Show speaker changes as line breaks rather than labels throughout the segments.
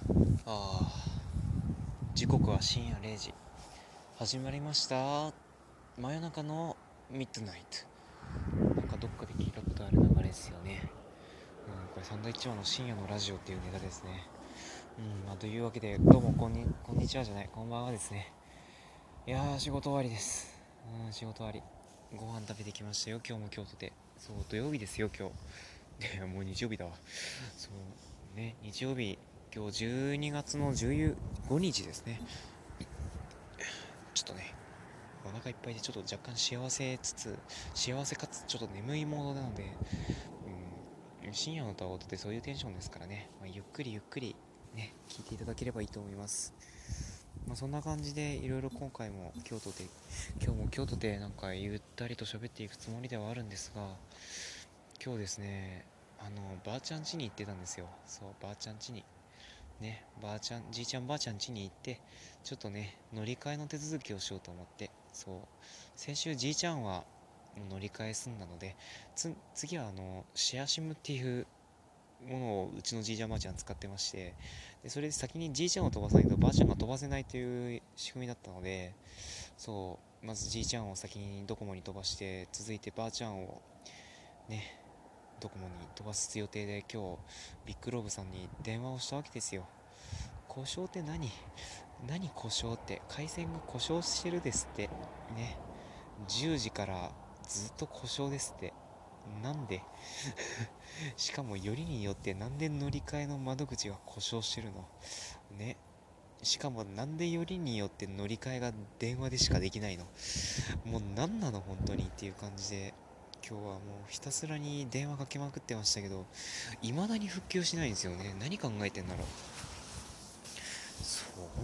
時刻は深夜0時。始まりました。真夜中のミッドナイト。なんかどっかで聞いたことある流れですよね。これサンドイッチマンの深夜のラジオっていうネタですね。というわけで、どうもこんにちはじゃない、こんばんはですね。いやー、仕事終わりです。仕事終わり。ご飯食べてきましたよ、今日も京都で。そう、土曜日ですよ、今日。もう日曜日だわ。そうね、日曜日、今日12月の15日ですね。ちょっとね、お腹いっぱいでちょっと若干幸せかつちょっと眠いモードなので、深夜のタワーってそういうテンションですからね、ゆっくりゆっくりね、聞いていただければいいと思います。そんな感じでいろいろ今日も京都でなんかゆったりと喋っていくつもりではあるんですが、今日ですね、ばあちゃん家に行ってたんですよ。そう、ばあちゃん家に。ね、じいちゃんばあちゃん家に行って、ちょっとね、乗り換えの手続きをしようと思って、そう、先週じいちゃんは乗り換え済んだので、次はシェアシムっていうものをうちのじいちゃんばあちゃん使ってまして、でそれで先にじいちゃんを飛ばさないとばあちゃんが飛ばせないという仕組みだったので、そう、まずじいちゃんを先にドコモに飛ばして、続いてばあちゃんをね、ドコモに飛ばす予定で今日ビッグローブさんに電話をしたわけですよ。故障って何故障って、回線が故障してるですってね。10時からずっと故障ですって。なんでしかもよりによってなんで乗り換えの窓口が故障してるのね。しかもなんでよりによって乗り換えが電話でしかできないの。もう何なの本当にっていう感じで、今日はもうひたすらに電話かけまくってましたけど、未だに復旧しないんですよね。何考えてんだろう。そう、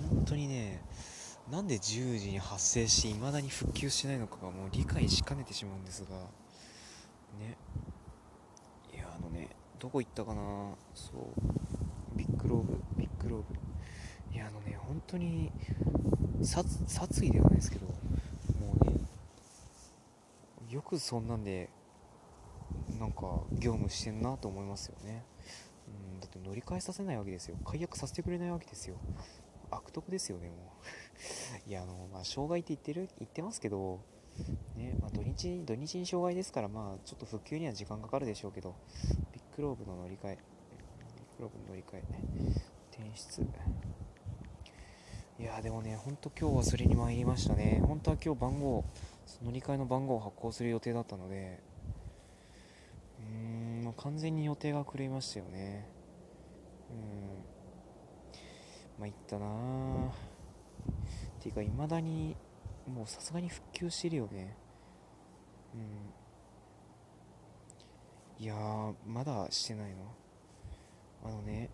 本当にね、なんで10時に発生し未だに復旧しないのかがもう理解しかねてしまうんですがね。いや、どこ行ったかな。そうビッグローブビッグローブ、いや、本当に殺意ではないですけど、もうね、よくそんなんでなんか業務してんなと思いますよね。だって乗り換えさせないわけですよ。解約させてくれないわけですよ。悪徳ですよね、もう。いや、障害って言ってますけどね、土日に障害ですから、ちょっと復旧には時間かかるでしょうけど、ビッグローブの乗り換え、ビッグローブの乗り換え、転出。いやでもね、ほんと今日はそれに参りましたね。本当は今日乗り換えの番号を発行する予定だったので、もう完全に予定が狂いましたよね。参ったなーっていうか、未だにもうさすがに復旧してるよね。いやー、まだしてないの。あのね、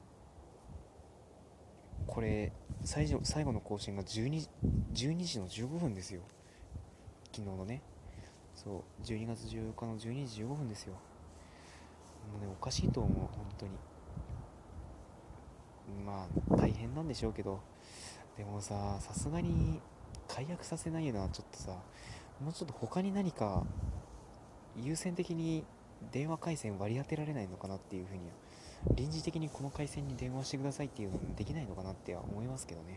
これ最後の更新が12時の15分ですよ。昨日のね、そう12月14日の12時15分ですよ。もうね、おかしいと思う本当に。大変なんでしょうけど、でもさすがに解約させないのはちょっとさ、もうちょっと他に何か優先的に電話回線割り当てられないのかなっていうふうには、臨時的にこの回線に電話してくださいっていうのもできないのかなっては思いますけどね。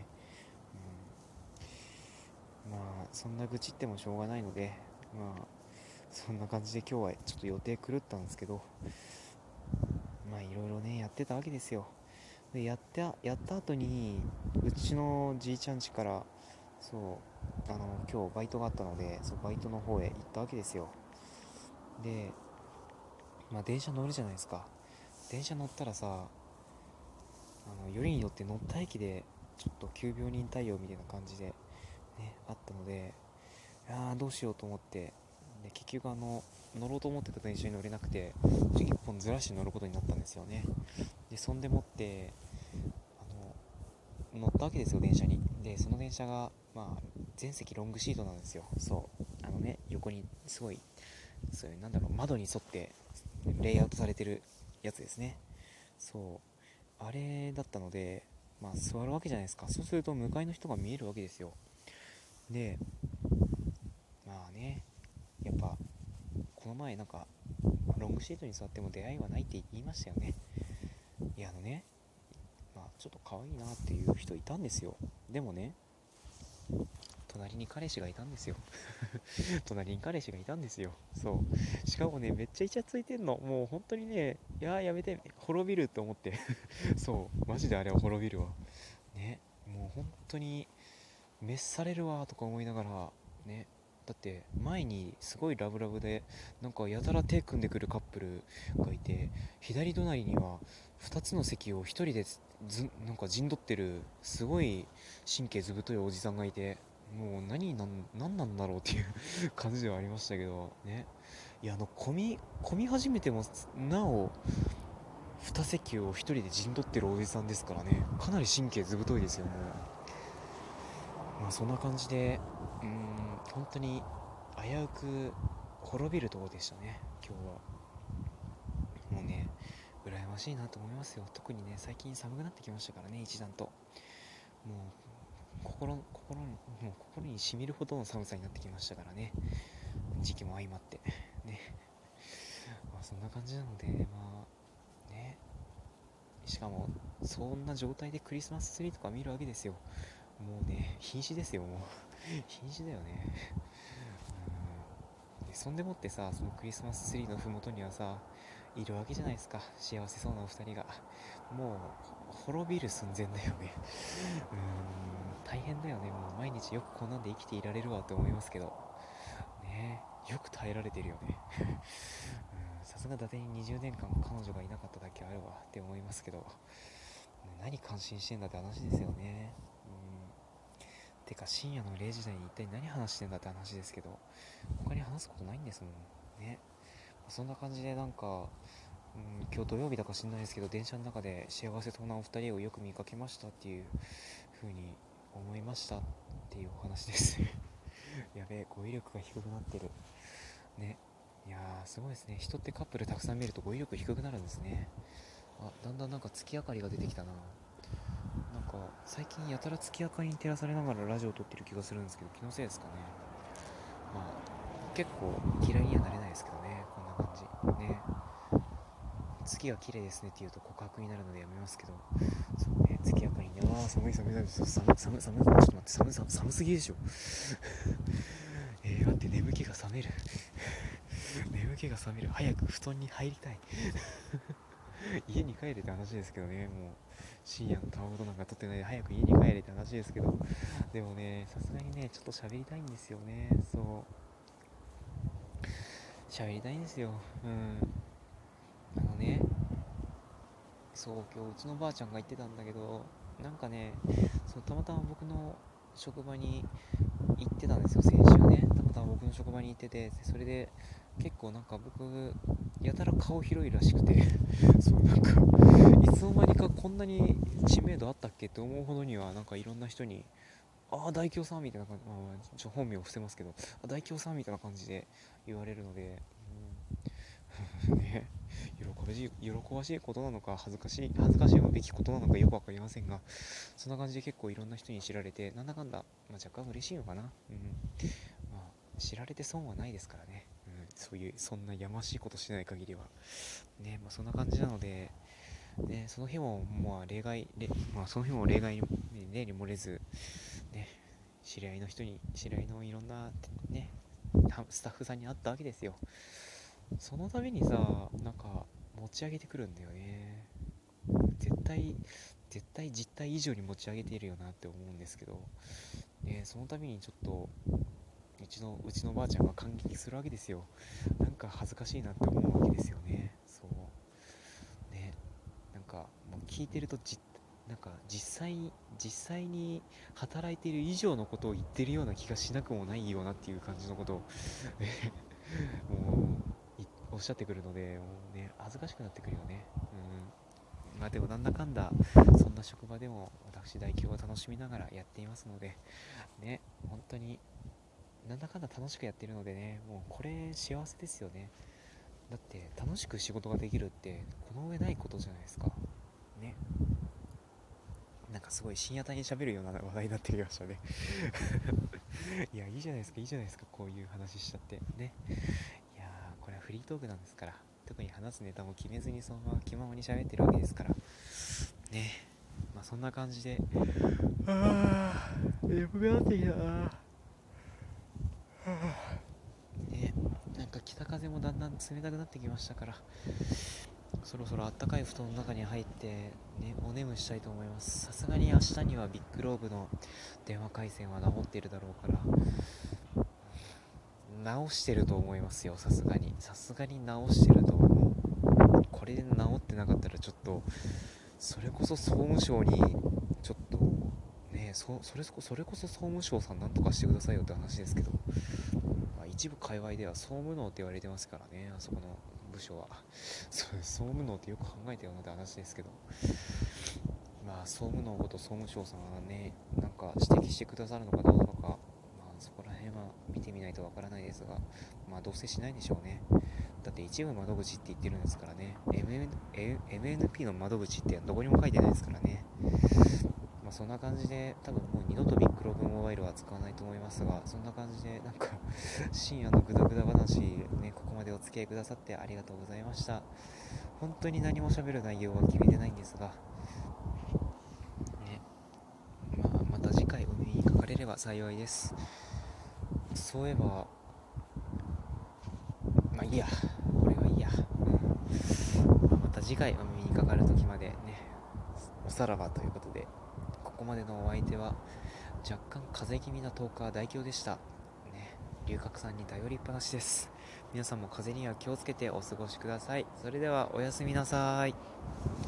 そんな愚痴ってもしょうがないので、そんな感じで今日はちょっと予定狂ったんですけど、いろいろねやってたわけですよ。でやった後にうちのじいちゃん家から、今日バイトがあったので、バイトの方へ行ったわけですよ。で、電車乗るじゃないですか。電車乗ったらよりによって乗った駅でちょっと急病人対応みたいな感じでねあったので、どうしようと思って、で結局乗ろうと思ってた電車に乗れなくて、1本ずらして乗ることになったんですよね。でそんでもって乗ったわけですよ、電車に。でその電車が全席ロングシートなんですよ。横にすごい、そういう窓に沿ってレイアウトされてるやつですね。あれだったので、座るわけじゃないですか。そうすると向かいの人が見えるわけですよ。でやっぱこの前ロングシートに座っても出会いはないって言いましたよね。いやちょっと可愛いなっていう人いたんですよ。でもね、隣に彼氏がいたんですよ。隣に彼氏がいたんですよ。そう。しかもね、めっちゃイチャついてんの。もう本当にね、いやーやめて、滅びると思って。そう、マジであれは滅びるわ。ね、もう本当に滅されるわとか思いながら、ね、だって前にすごいラブラブでなんかやたら手組んでくるカップルがいて、左隣には2つの席を1人でなんか陣取ってるすごい神経ずぶといおじさんがいて、もう何なんだろうっていう感じではありましたけどね。いや、混み始めてもなお2席を1人で陣取ってるおじさんですからね、かなり神経ずぶといですよ。もうまあそんな感じで、本当に危うく滅びるところでしたね、今日は。もうね、羨ましいなと思いますよ。特にね、最近寒くなってきましたからね、一段と。もう心にしみるほどの寒さになってきましたからね、時期も相まってね。まあそんな感じなので、まあね、しかもそんな状態でクリスマスツリーとか見るわけですよ。もうね、瀕死ですよ、もう。瀕死だよね。でそんでもってさ、そのクリスマスツリーの麓にはさ、いるわけじゃないですか、幸せそうなお二人が。もう滅びる寸前だよね。大変だよね。もう毎日よくこんなんで生きていられるわって思いますけどね。よく耐えられてるよね。さすが伊達に20年間彼女がいなかっただけあるわって思いますけど、何感心してんだって話ですよね。てか深夜の0時台に一体何話してんだって話ですけど、他に話すことないんですもんね。そんな感じでなんか、今日土曜日だか知んないですけど、電車の中で幸せそうなお二人をよく見かけましたっていう風に思いましたっていうお話です。やべえ、語彙力が低くなってるね。いやーすごいですね。人ってカップルたくさん見ると語彙力低くなるんですね。だんだんなんか月明かりが出てきたな。なんか最近やたら月明かりに照らされながらラジオを撮ってる気がするんですけど、気のせいですかね。まあ結構嫌いにはなれないですけどね、こんな感じね。月が綺麗ですねって言うと告白になるのでやめますけど、そうね、月明かりに、寒い寒い寒い寒ちょっと待って、寒すぎでしょ。待って、眠気が覚める。眠気が覚める。早く布団に入りたい。家に帰れって話ですけどね。もう深夜のたわごとなんか撮ってないで早く家に帰れって話ですけど、でもね、さすがにね、ちょっと喋りたいんですよね。喋りたいんですよ。あのね、今日うちのばあちゃんが言ってたんだけど、なんかね、たまたま僕の職場に行ってたんですよ、先週ね。たまたま僕の職場に行ってて、それで結構なんか僕やたら顔広いらしくてなんかいつの間にかこんなに知名度あったっけって思うほどには、なんかいろんな人に大京さんみたいな感じ、本名を伏せますけど、大京さんみたいな感じで言われるので、ね、喜ばしいことなのか恥ずかしいべきことなのかよく分かりませんが、そんな感じで結構いろんな人に知られて、なんだかんだ、若干嬉しいのかな。ま知られて損はないですからね。そんなやましいことしない限りはね。そんな感じなので、ね、その日もその日も例外に例に漏れずね、知り合いのいろんなねスタッフさんに会ったわけですよ。その度にさ、なんか持ち上げてくるんだよね。絶対実態以上に持ち上げているよなって思うんですけど、その度にちょっとうちのばあちゃんが感激するわけですよ。なんか恥ずかしいなって思うわけですよね。ね、なんかもう聞いてるとなんか実際に働いている以上のことを言ってるような気がしなくもないようなっていう感じのことをもおっしゃってくるので、もうね、恥ずかしくなってくるよね。でもなんだかんだそんな職場でも私代表を楽しみながらやっていますのでね、本当になんだかんだ楽しくやってるのでね、もうこれ幸せですよね。だって楽しく仕事ができるってこの上ないことじゃないですかね。なんかすごい深夜帯に喋るような話題になってきましたね。いや、いいじゃないですか、いいじゃないですか、こういう話しちゃってね。いやー、これはフリートークなんですから、特に話すネタも決めずにそのまま気ままに喋ってるわけですからね。 そんな感じで、眠くなってきたな。ね、なんか北風もだんだん冷たくなってきましたから、そろそろあったかい布団の中に入って、ね、お眠したいと思います。さすがに明日にはビッグローブの電話回線は治っているだろうから、直してると思いますよ。さすがに直してると思う。これで直ってなかったらちょっとそれこそ総務省にちょっとね、それこそ総務省さんなんとかしてくださいよって話ですけど、まあ、一部界隈では総務能って言われてますからね、あそこの部署は。そうです、総務能ってよく考えたよなって話ですけど、まあ総務能こと総務省さんはね、なんか指摘してくださるのかどうなのか、まあそこら辺は見てみないとわからないですが、まあどうせしないんでしょうね。だって一部窓口って言ってるんですからね。MNP の窓口ってどこにも書いてないですからね。まあそんな感じで、多分もう二度とビッグローブモバイルは使わないと思いますが、そんな感じでなんか深夜のグダグダ話ね、ここまでお付き合いくださってありがとうございました。本当に何も喋る内容は決めてないんですが、ね、まあまた次回お耳にかかれれば幸いです。そういえば、まあいいや、これはいいや。まあ、また次回お耳にかかる時までね、おさらばということで、ここまでのお相手は若干風邪気味なトーカー大京でした。ね、龍角さんに頼りっぱなしです。皆さんも風邪には気をつけてお過ごしください。それではおやすみなさい。